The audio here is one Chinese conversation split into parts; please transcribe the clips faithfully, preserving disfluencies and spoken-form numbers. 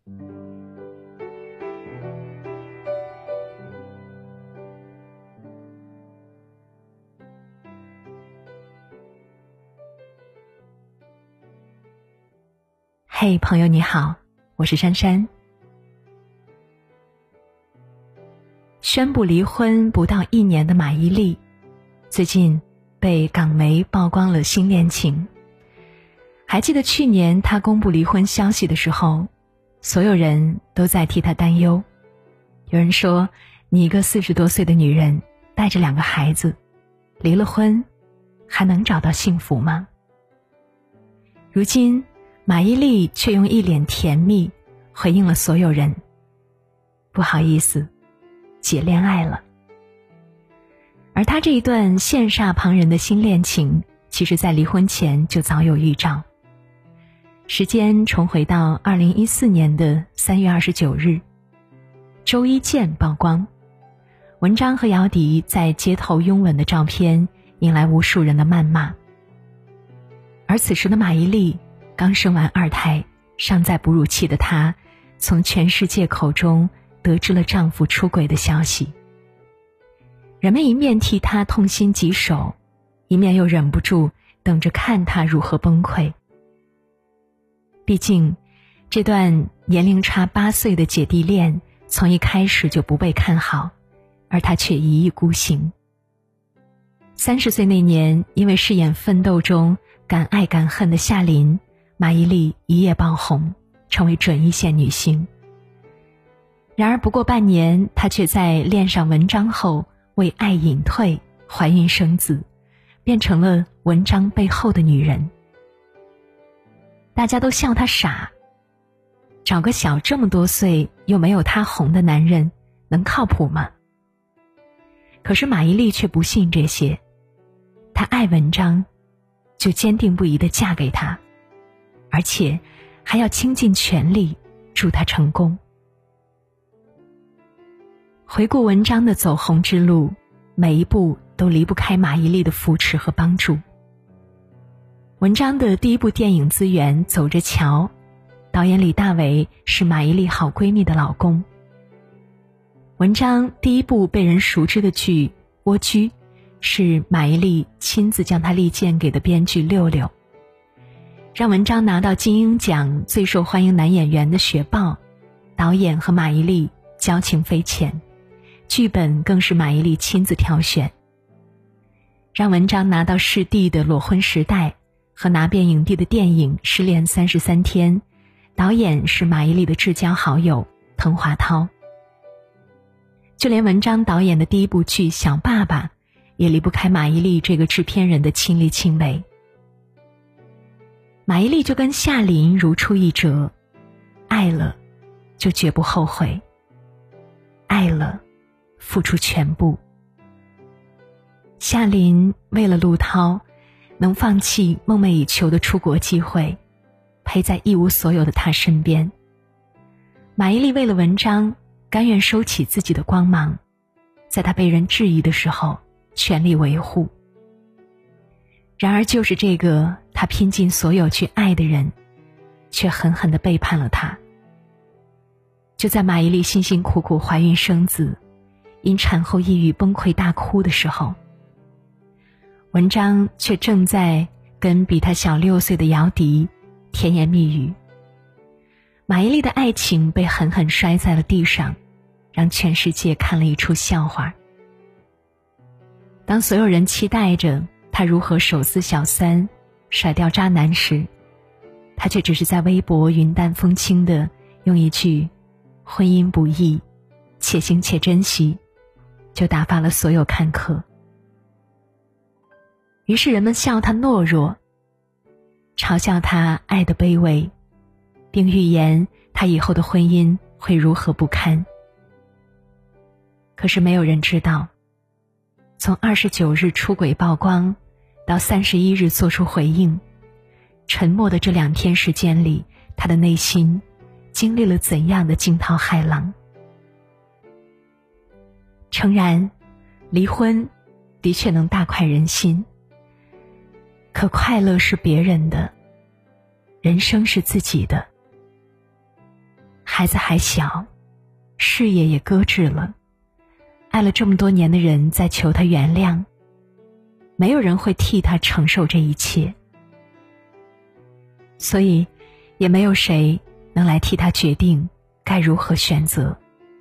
嘿，朋友你好，我是珊珊。宣布离婚不到一年的马伊琍，最近被港媒曝光了新恋情。还记得去年她公布离婚消息的时候，所有人都在替她担忧。有人说，你一个四十多岁的女人，带着两个孩子，离了婚，还能找到幸福吗？如今马伊琍却用一脸甜蜜回应了所有人，不好意思，姐恋爱了。而她这一段羡煞旁人的新恋情，其实在离婚前就早有预兆。时间重回到二零一四年的三月二十九日，周一见曝光，文章和姚笛在街头拥吻的照片引来无数人的谩骂。而此时的马伊琍刚生完二胎，尚在哺乳期的她，从全世界口中得知了丈夫出轨的消息。人们一面替她痛心疾首，一面又忍不住等着看她如何崩溃。毕竟这段年龄差八岁的姐弟恋从一开始就不被看好，而她却一意孤行。三十岁那年，因为饰演《奋斗》中敢爱敢恨的夏琳，马伊琍一夜爆红，成为准一线女星。然而不过半年，她却在恋上文章后为爱隐退，怀孕生子，变成了文章背后的女人。大家都笑她傻，找个小这么多岁又没有她红的男人，能靠谱吗？可是马伊琍却不信这些，她爱文章，就坚定不移地嫁给他，而且还要倾尽全力助他成功。回顾文章的走红之路，每一步都离不开马伊琍的扶持和帮助。文章的第一部电影资源《走着瞧》，导演李大为是马伊琍好闺蜜的老公。文章第一部被人熟知的剧《蜗居》，是马伊琍亲自将她力荐给的编剧六六。让文章拿到金鹰奖最受欢迎男演员的雪豹，导演和马伊琍交情匪浅，剧本更是马伊琍亲自挑选。让文章拿到视帝的《裸婚时代》和拿遍影帝的电影《失恋三十三天》，导演是马伊琍的至交好友滕华涛。就连文章导演的第一部剧《小爸爸》，也离不开马伊琍这个制片人的亲力亲为。马伊琍就跟夏琳如出一辙，爱了就绝不后悔，爱了付出全部。夏琳为了陆涛，能放弃梦寐以求的出国机会，陪在一无所有的他身边。马伊琍为了文章，甘愿收起自己的光芒，在他被人质疑的时候全力维护。然而就是这个他拼尽所有去爱的人，却狠狠地背叛了他。就在马伊琍辛辛苦苦怀孕生子，因产后抑郁崩溃大哭的时候，文章却正在跟比他小六岁的姚笛甜言蜜语。马伊琍的爱情被狠狠摔在了地上，让全世界看了一出笑话。当所有人期待着他如何手撕小三，甩掉渣男时，他却只是在微博云淡风轻地用一句婚姻不易，且行且珍惜，就打发了所有看客。于是人们笑他懦弱，嘲笑他爱的卑微，并预言他以后的婚姻会如何不堪。可是没有人知道，从二十九日出轨曝光到三十一日做出回应，沉默的这两天时间里，他的内心经历了怎样的惊涛骇浪。诚然，离婚的确能大快人心，可快乐是别人的，人生是自己的。 孩子还小，事业也搁置了，爱了这么多年的人在求他原谅，没有人会替他承受这一切，所以也没有谁能来替他决定该如何选择。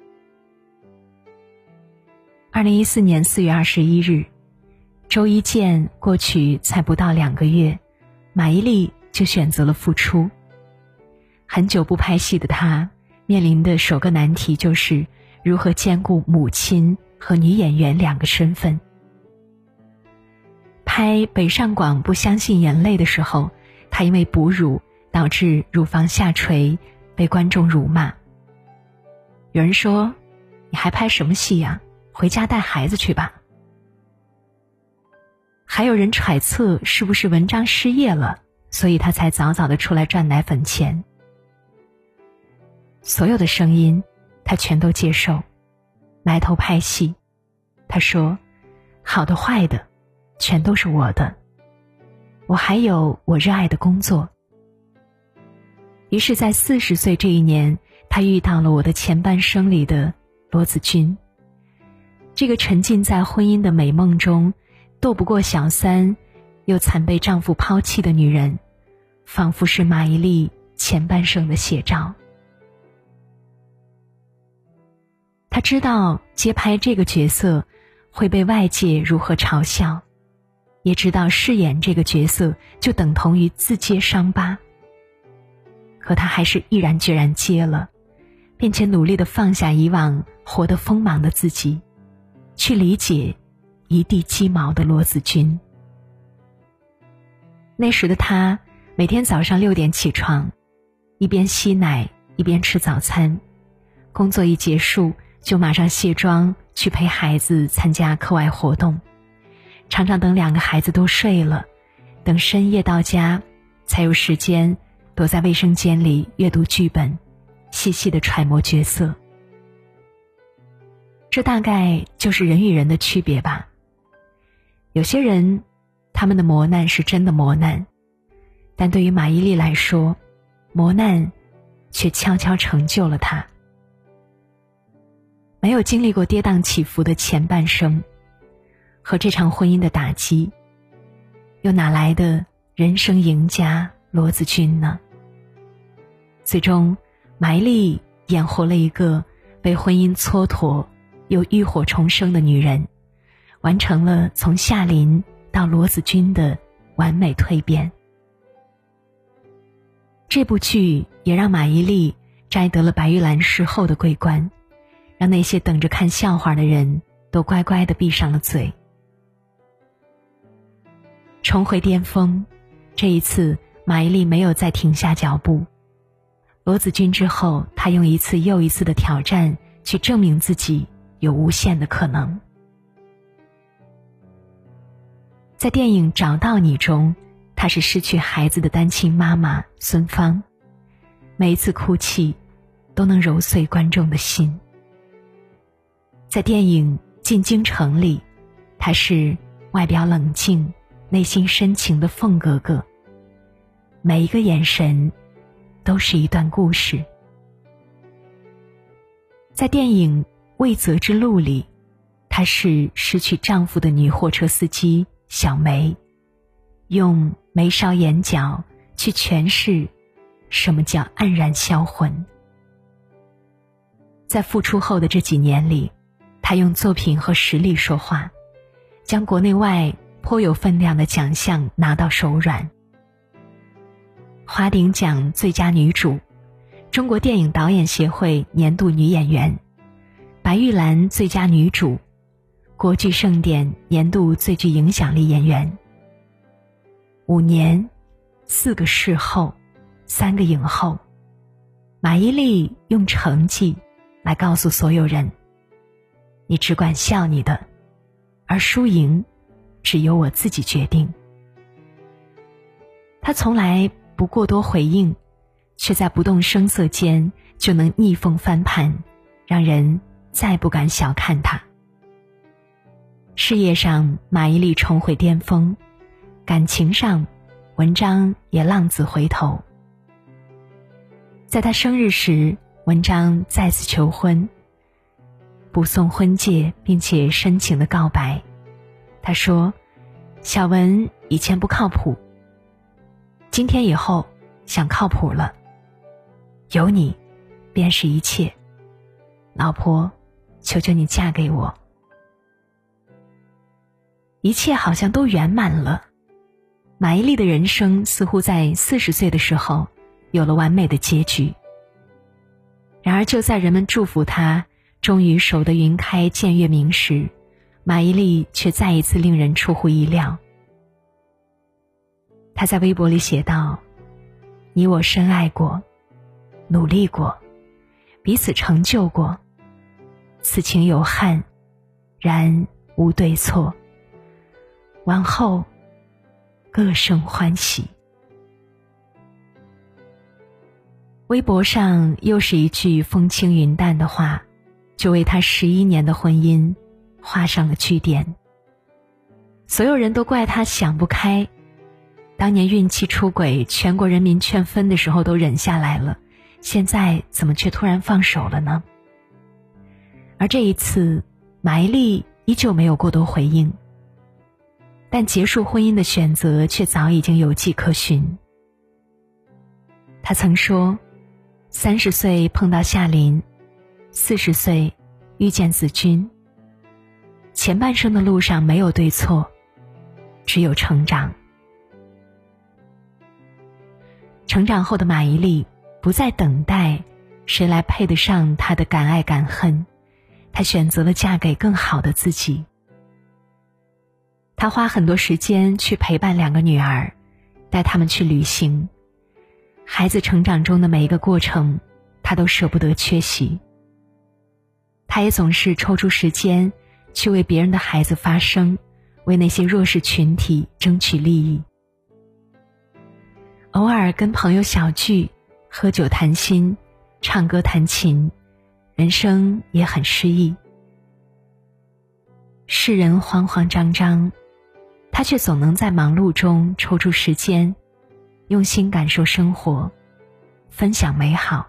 二零一四年四月二十一日，周一见过去才不到两个月，马伊琍就选择了复出。很久不拍戏的她面临的首个难题就是如何兼顾母亲和女演员两个身份。拍北上广不相信眼泪的时候，她因为哺乳导致乳房下垂，被观众辱骂。有人说，你还拍什么戏呀？回家带孩子去吧。还有人揣测是不是文章失业了，所以他才早早的出来赚奶粉钱。所有的声音他全都接受，埋头拍戏。他说，好的坏的全都是我的，我还有我热爱的工作。于是在四十岁这一年，他遇到了我的前半生里的罗子君，这个沉浸在婚姻的美梦中，斗不过小三，又惨被丈夫抛弃的女人，仿佛是马伊琍前半生的写照。她知道接拍这个角色会被外界如何嘲笑，也知道饰演这个角色就等同于自揭伤疤，可她还是毅然决然接了，并且努力地放下以往活得锋芒的自己，去理解一地鸡毛的罗子君。那时的她每天早上六点起床，一边吸奶一边吃早餐，工作一结束就马上卸妆去陪孩子参加课外活动，常常等两个孩子都睡了，等深夜到家才有时间躲在卫生间里阅读剧本，细细地揣摩角色。这大概就是人与人的区别吧。有些人他们的磨难是真的磨难，但对于马伊琍来说，磨难却悄悄成就了她。没有经历过跌宕起伏的前半生和这场婚姻的打击，又哪来的人生赢家罗子君呢？最终马伊琍演活了一个被婚姻蹉跎又浴火重生的女人，完成了从夏琳到罗子君的完美蜕变。这部剧也让马伊琍摘得了白玉兰视后的桂冠，让那些等着看笑话的人都乖乖地闭上了嘴。重回巅峰，这一次马伊琍没有再停下脚步。罗子君之后，她用一次又一次的挑战去证明自己有无限的可能。在电影《找到你》中，她是失去孩子的单亲妈妈孙芳，每一次哭泣都能揉碎观众的心。在电影《进京城》里，她是外表冷静内心深情的凤格格，每一个眼神都是一段故事。在电影《未择之路》里，她是失去丈夫的女货车司机小梅，用眉梢眼角去诠释什么叫黯然销魂。在复出后的这几年里，她用作品和实力说话，将国内外颇有分量的奖项拿到手软。华鼎奖最佳女主，中国电影导演协会年度女演员，白玉兰最佳女主，国剧盛典年度最具影响力演员。五年，四个视后，三个影后，马伊琍用成绩来告诉所有人，你只管笑你的，而输赢只由我自己决定。她从来不过多回应，却在不动声色间就能逆风翻盘，让人再不敢小看她。事业上马伊琍重回巅峰，感情上文章也浪子回头。在她生日时， 文章再次求婚，不送婚戒，并且深情的告白。他说，小文以前不靠谱，今天以后想靠谱了，有你便是一切，老婆，求求你嫁给我。一切好像都圆满了，马伊琍的人生似乎在四十岁的时候有了完美的结局。然而就在人们祝福她终于守得云开见月明时，马伊琍却再一次令人出乎意料。她在微博里写道，你我深爱过，努力过，彼此成就过，此情有憾，然无对错，往后各生欢喜。微博上又是一句风轻云淡的话，就为他十一年的婚姻画上了句点。所有人都怪他想不开，当年孕期出轨，全国人民劝分的时候都忍下来了，现在怎么却突然放手了呢？而这一次，马伊琍依旧没有过多回应，但结束婚姻的选择却早已经有迹可循。他曾说，三十岁碰到夏琳，四十岁遇见子君。前半生的路上没有对错，只有成长。成长后的马伊琍不再等待谁来配得上她的敢爱敢恨，她选择了嫁给更好的自己。她花很多时间去陪伴两个女儿，带她们去旅行。孩子成长中的每一个过程，她都舍不得缺席。她也总是抽出时间去为别人的孩子发声，为那些弱势群体争取利益。偶尔跟朋友小聚，喝酒谈心，唱歌弹琴，人生也很诗意。世人慌慌张张，她却总能在忙碌中抽出时间，用心感受生活，分享美好。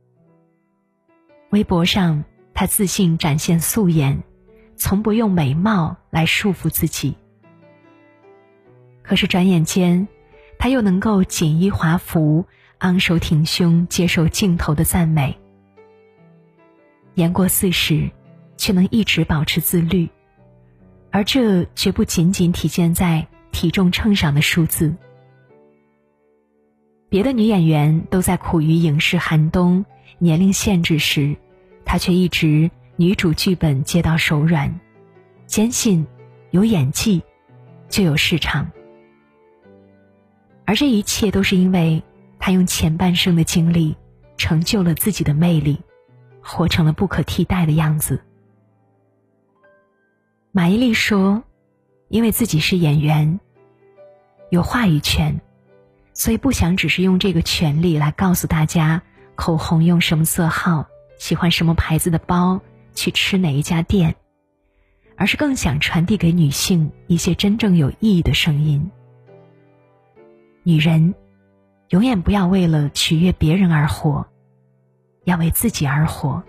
微博上，她自信展现素颜，从不用美貌来束缚自己。可是转眼间，她又能够锦衣华服，昂首挺胸，接受镜头的赞美。年过四十，却能一直保持自律，而这绝不仅仅体现在体重秤上的数字。别的女演员都在苦于影视寒冬、年龄限制时，她却一直女主剧本接到手软，坚信有演技就有市场。而这一切都是因为她用前半生的经历成就了自己的魅力，活成了不可替代的样子。马伊琍说，因为自己是演员，有话语权，所以不想只是用这个权利来告诉大家口红用什么色号，喜欢什么牌子的包，去吃哪一家店，而是更想传递给女性一些真正有意义的声音。女人永远不要为了取悦别人而活，要为自己而活。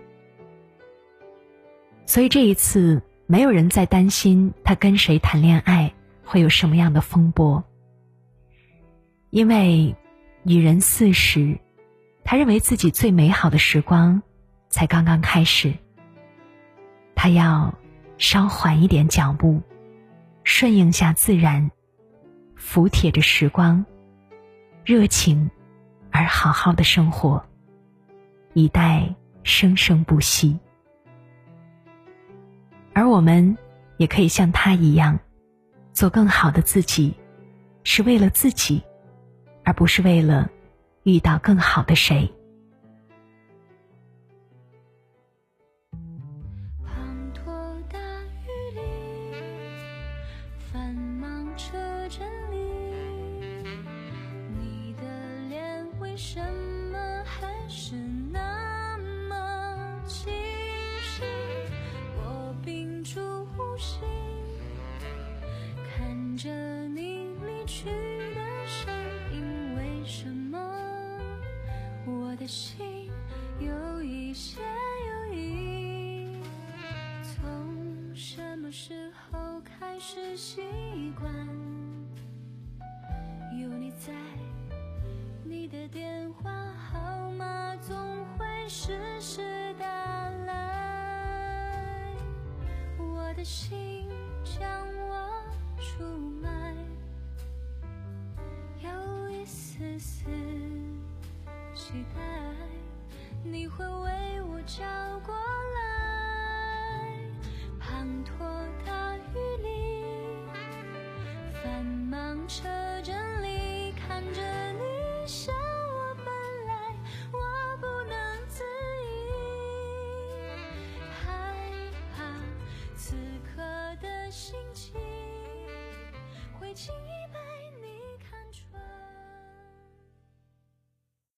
所以这一次，没有人再担心她跟谁谈恋爱会有什么样的风波。因为女人四十，她认为自己最美好的时光才刚刚开始。她要稍缓一点脚步，顺应下自然，服帖着时光，热情而好好的生活，以待生生不息。而我们也可以像她一样，做更好的自己，是为了自己，而不是为了遇到更好的谁。 滂沱大雨里，繁忙车阵里，你的脸为什么还是那么清晰？我屏住呼吸，看着你离去的身影，为什么我一些友谊。从什么时候开始习惯有你在，你的电话号码总会时时打来，我的心将我出卖，有一丝丝期待你会为我找过来。滂沱大雨里，繁忙车阵里，看着